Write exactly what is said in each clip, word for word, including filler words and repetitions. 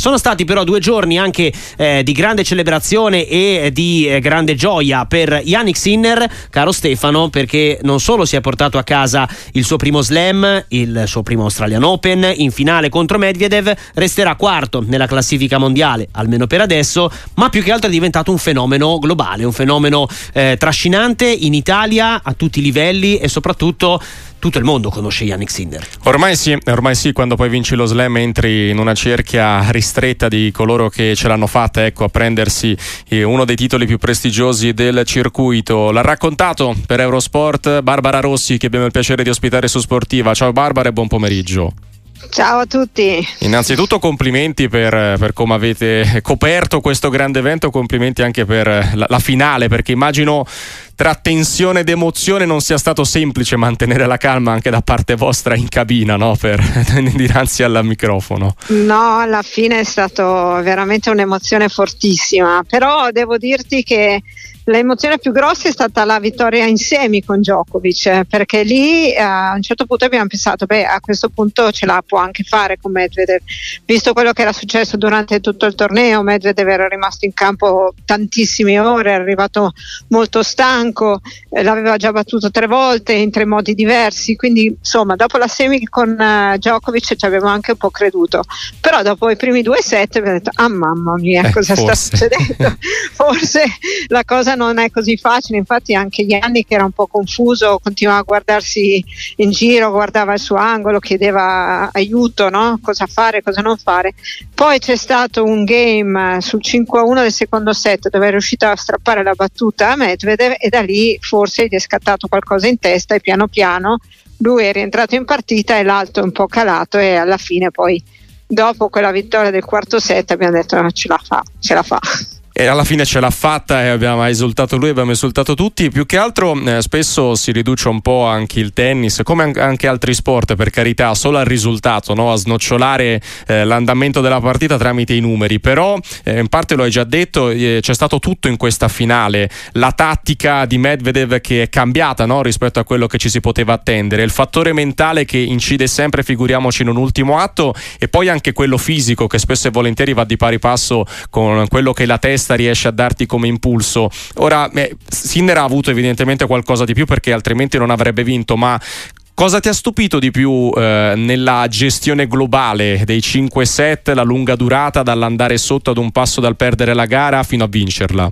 Sono stati però due giorni anche eh, di grande celebrazione e di eh, grande gioia per Jannik Sinner, caro Stefano, perché non solo si è portato a casa il suo primo slam, il suo primo Australian Open in finale contro Medvedev, resterà quarto nella classifica mondiale, almeno per adesso, ma più che altro è diventato un fenomeno globale, un fenomeno eh, trascinante in Italia a tutti i livelli, e soprattutto tutto il mondo conosce Jannik Sinner. Ormai sì, ormai sì, quando poi vinci lo slam entri in una cerchia ristretta di coloro che ce l'hanno fatta, ecco, a prendersi eh, uno dei titoli più prestigiosi del circuito. L'ha raccontato per Eurosport Barbara Rossi, che abbiamo il piacere di ospitare su Sportiva. Ciao Barbara e buon pomeriggio. Ciao a tutti. Innanzitutto complimenti per, per come avete coperto questo grande evento, complimenti anche per la, la finale, perché immagino tra tensione ed emozione non sia stato semplice mantenere la calma anche da parte vostra in cabina, no? Per, dinanzi al microfono. No, alla fine è stato veramente un'emozione fortissima, però devo dirti che l'emozione più grossa è stata la vittoria in semi con Djokovic, perché lì eh, a un certo punto abbiamo pensato, beh, a questo punto ce la può anche fare con Medvedev, visto quello che era successo durante tutto il torneo. Medvedev era rimasto in campo tantissime ore, era arrivato molto stanco, eh, l'aveva già battuto tre volte in tre modi diversi, quindi insomma dopo la semi con uh, Djokovic ci avevo anche un po' creduto, però dopo i primi due set abbiamo detto, ah mamma mia, eh, cosa forse. sta succedendo? Forse la cosa non è così facile. Infatti anche Jannik era un po' confuso, continuava a guardarsi in giro, guardava il suo angolo, chiedeva aiuto, no? Cosa fare, cosa non fare. Poi c'è stato un game sul cinque a uno del secondo set dove è riuscito a strappare la battuta a Medvedev, e da lì forse gli è scattato qualcosa in testa e piano piano lui è rientrato in partita e l'altro è un po' calato, e alla fine poi dopo quella vittoria del quarto set abbiamo detto no, ce la fa, ce la fa. E alla fine ce l'ha fatta e abbiamo esultato lui, abbiamo esultato tutti. Più che altro eh, spesso si riduce un po' anche il tennis, come anche altri sport, per carità, solo al risultato, no? A snocciolare eh, l'andamento della partita tramite i numeri. Però eh, in parte lo hai già detto, eh, c'è stato tutto in questa finale, la tattica di Medvedev che è cambiata, no? Rispetto a quello che ci si poteva attendere, il fattore mentale che incide sempre, figuriamoci, in un ultimo atto, e poi anche quello fisico che spesso e volentieri va di pari passo con quello che la testa riesce a darti come impulso. Ora eh, Sinner ha avuto evidentemente qualcosa di più, perché altrimenti non avrebbe vinto, ma cosa ti ha stupito di più eh, nella gestione globale dei cinque set, la lunga durata dall'andare sotto ad un passo dal perdere la gara fino a vincerla?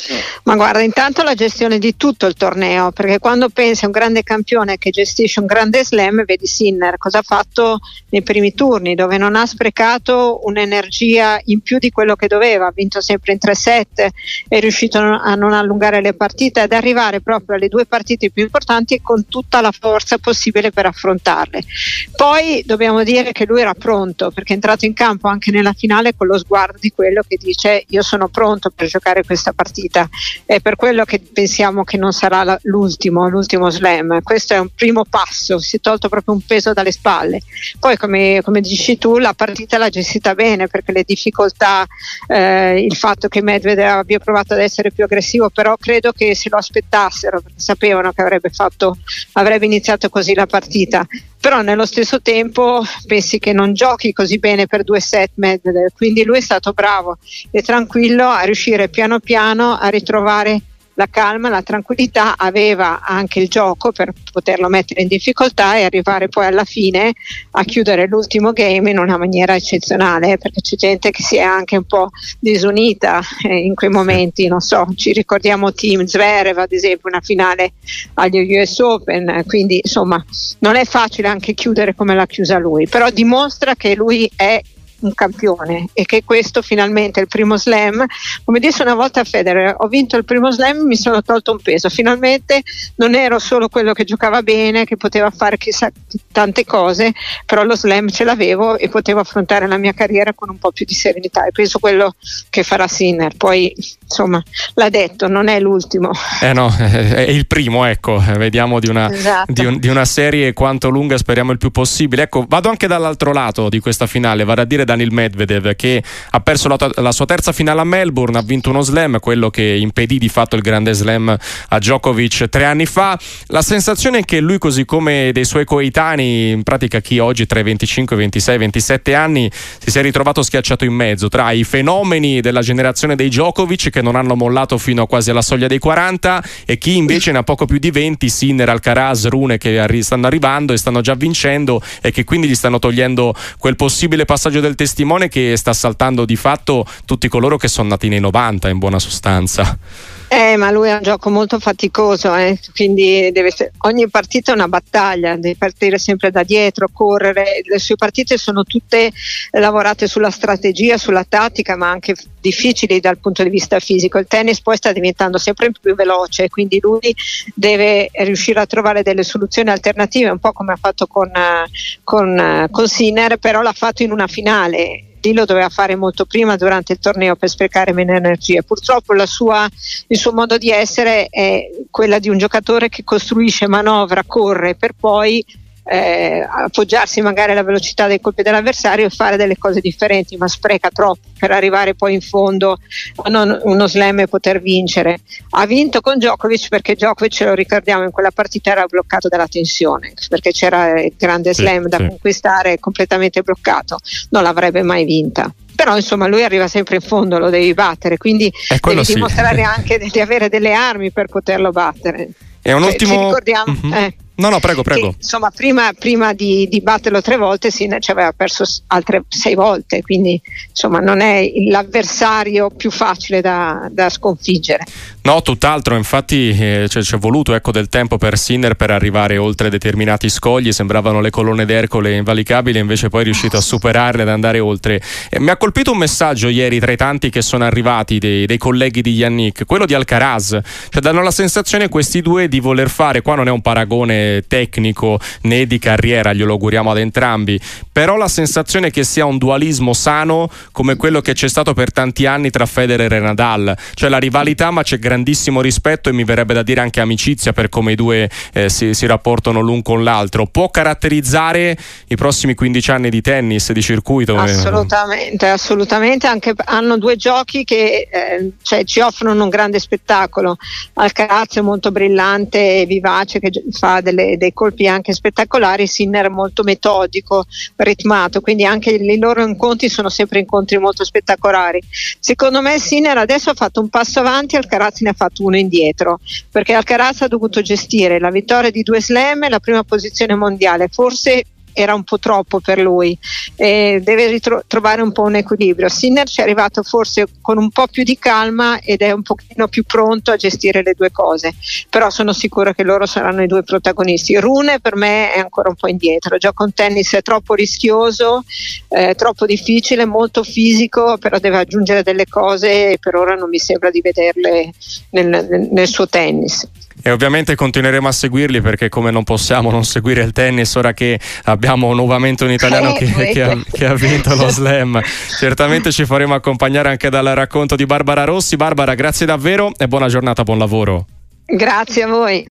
Ma guarda, intanto la gestione di tutto il torneo, perché quando pensi a un grande campione che gestisce un grande slam, vedi Sinner cosa ha fatto nei primi turni, dove non ha sprecato un'energia in più di quello che doveva, ha vinto sempre in tre set, è riuscito a non allungare le partite, ad arrivare proprio alle due partite più importanti e con tutta la forza possibile per affrontarle. Poi dobbiamo dire che lui era pronto, perché è entrato in campo anche nella finale con lo sguardo di quello che dice io sono pronto per giocare questa partita. È per quello che pensiamo che non sarà la, l'ultimo, l'ultimo slam. Questo è un primo passo, si è tolto proprio un peso dalle spalle. Poi come, come dici tu, la partita l'ha gestita bene, perché le difficoltà, eh, il fatto che Medvedev abbia provato ad essere più aggressivo, però credo che se lo aspettassero, perché sapevano che avrebbe fatto, avrebbe iniziato così la partita. Però nello stesso tempo pensi che non giochi così bene per due set Medvedev, quindi lui è stato bravo e tranquillo a riuscire piano piano a ritrovare la calma, la tranquillità, aveva anche il gioco per poterlo mettere in difficoltà e arrivare poi alla fine a chiudere l'ultimo game in una maniera eccezionale, perché c'è gente che si è anche un po' disunita eh, in quei momenti, non so, ci ricordiamo Team Zverev ad esempio, una finale agli U S Open, quindi insomma non è facile anche chiudere come l'ha chiusa lui, però dimostra che lui è un campione e che questo finalmente è il primo slam. Come disse una volta Federer, ho vinto il primo slam, mi sono tolto un peso, finalmente non ero solo quello che giocava bene, che poteva fare chissà tante cose, però lo slam ce l'avevo e potevo affrontare la mia carriera con un po' più di serenità, e penso quello che farà Sinner. Poi insomma l'ha detto, non è l'ultimo, eh no, è il primo, ecco, vediamo di una, esatto. di, un, di una serie quanto lunga, speriamo il più possibile. Ecco, vado anche dall'altro lato di questa finale, vale a dire Daniil Medvedev, che ha perso la, la sua terza finale a Melbourne, ha vinto uno slam, quello che impedì di fatto il grande slam a Djokovic tre anni fa. La sensazione è che lui, così come dei suoi coetanei, in pratica chi oggi tra i venticinque, ventisei, ventisette anni, si sia ritrovato schiacciato in mezzo tra i fenomeni della generazione dei Djokovic, che non hanno mollato fino a quasi alla soglia dei quaranta, e chi invece ne ha poco più di venti, Sinner, Alcaraz, Rune, che arri- stanno arrivando e stanno già vincendo, e che quindi gli stanno togliendo quel possibile passaggio del testimone che sta saltando di fatto tutti coloro che sono nati nei novanta, in buona sostanza. Eh, ma lui è un gioco molto faticoso, eh? Quindi deve essere, ogni partita è una battaglia, deve partire sempre da dietro, correre. Le sue partite sono tutte lavorate sulla strategia, sulla tattica, ma anche difficili dal punto di vista fisico. Il tennis poi sta diventando sempre più veloce, quindi lui deve riuscire a trovare delle soluzioni alternative, un po' come ha fatto con, con, con Sinner, però l'ha fatto in una finale. Lì lo doveva fare molto prima, durante il torneo, per sprecare meno energie. Purtroppo la sua, il suo modo di essere è quella di un giocatore che costruisce, manovra, corre per poi eh, appoggiarsi magari alla velocità dei colpi dell'avversario e fare delle cose differenti, ma spreca troppo per arrivare poi in fondo a non, uno slam e poter vincere. Ha vinto con Djokovic perché Djokovic, ce lo ricordiamo, in quella partita era bloccato dalla tensione, perché c'era il grande slam sì, da sì. conquistare, completamente bloccato, non l'avrebbe mai vinta. Però insomma lui arriva sempre in fondo, lo devi battere, quindi devi sì. dimostrare anche di avere delle armi per poterlo battere. È un cioè, ultimo... ci ricordiamo mm-hmm. eh. No, no, prego, prego. Che, insomma, prima, prima di, di batterlo tre volte, Sinner ci aveva perso altre sei volte, quindi insomma non è l'avversario più facile da, da sconfiggere. No, tutt'altro, infatti eh, c'è, c'è voluto ecco del tempo per Sinner per arrivare oltre determinati scogli, sembravano le colonne d'Ercole invalicabili, invece poi è riuscito a superarle, ad andare oltre. Eh, mi ha colpito un messaggio ieri tra i tanti che sono arrivati dei, dei colleghi di Yannick, quello di Alcaraz, cioè danno la sensazione questi due di voler fare, qua non è un paragone tecnico né di carriera, glielo auguriamo ad entrambi, però la sensazione è che sia un dualismo sano come quello che c'è stato per tanti anni tra Federer e Nadal, cioè la rivalità, ma c'è grandissimo rispetto e mi verrebbe da dire anche amicizia per come i due eh, si, si rapportano l'un con l'altro. Può caratterizzare i prossimi quindici anni di tennis, di circuito? Assolutamente, assolutamente, anche hanno due giochi che eh, cioè, ci offrono un grande spettacolo. Alcaraz è molto brillante e vivace, che fa delle dei colpi anche spettacolari, Sinner molto metodico, ritmato, quindi anche i loro incontri sono sempre incontri molto spettacolari. Secondo me Sinner adesso ha fatto un passo avanti, Alcaraz ne ha fatto uno indietro, perché Alcaraz ha dovuto gestire la vittoria di due slam e la prima posizione mondiale, forse era un po' troppo per lui, eh, deve ritro- trovare un po' un equilibrio. Sinner ci è arrivato forse con un po' più di calma ed è un pochino più pronto a gestire le due cose, però sono sicura che loro saranno i due protagonisti. Rune per me è ancora un po' indietro, gioca un tennis troppo rischioso, eh, troppo difficile, molto fisico, però deve aggiungere delle cose e per ora non mi sembra di vederle nel, nel, nel suo tennis. E ovviamente continueremo a seguirli, perché come non possiamo non seguire il tennis ora che abbiamo nuovamente un italiano che, che, ha, che ha vinto lo slam. Certamente ci faremo accompagnare anche dal racconto di Barbara Rossi. Barbara, grazie davvero e buona giornata, buon lavoro. Grazie a voi.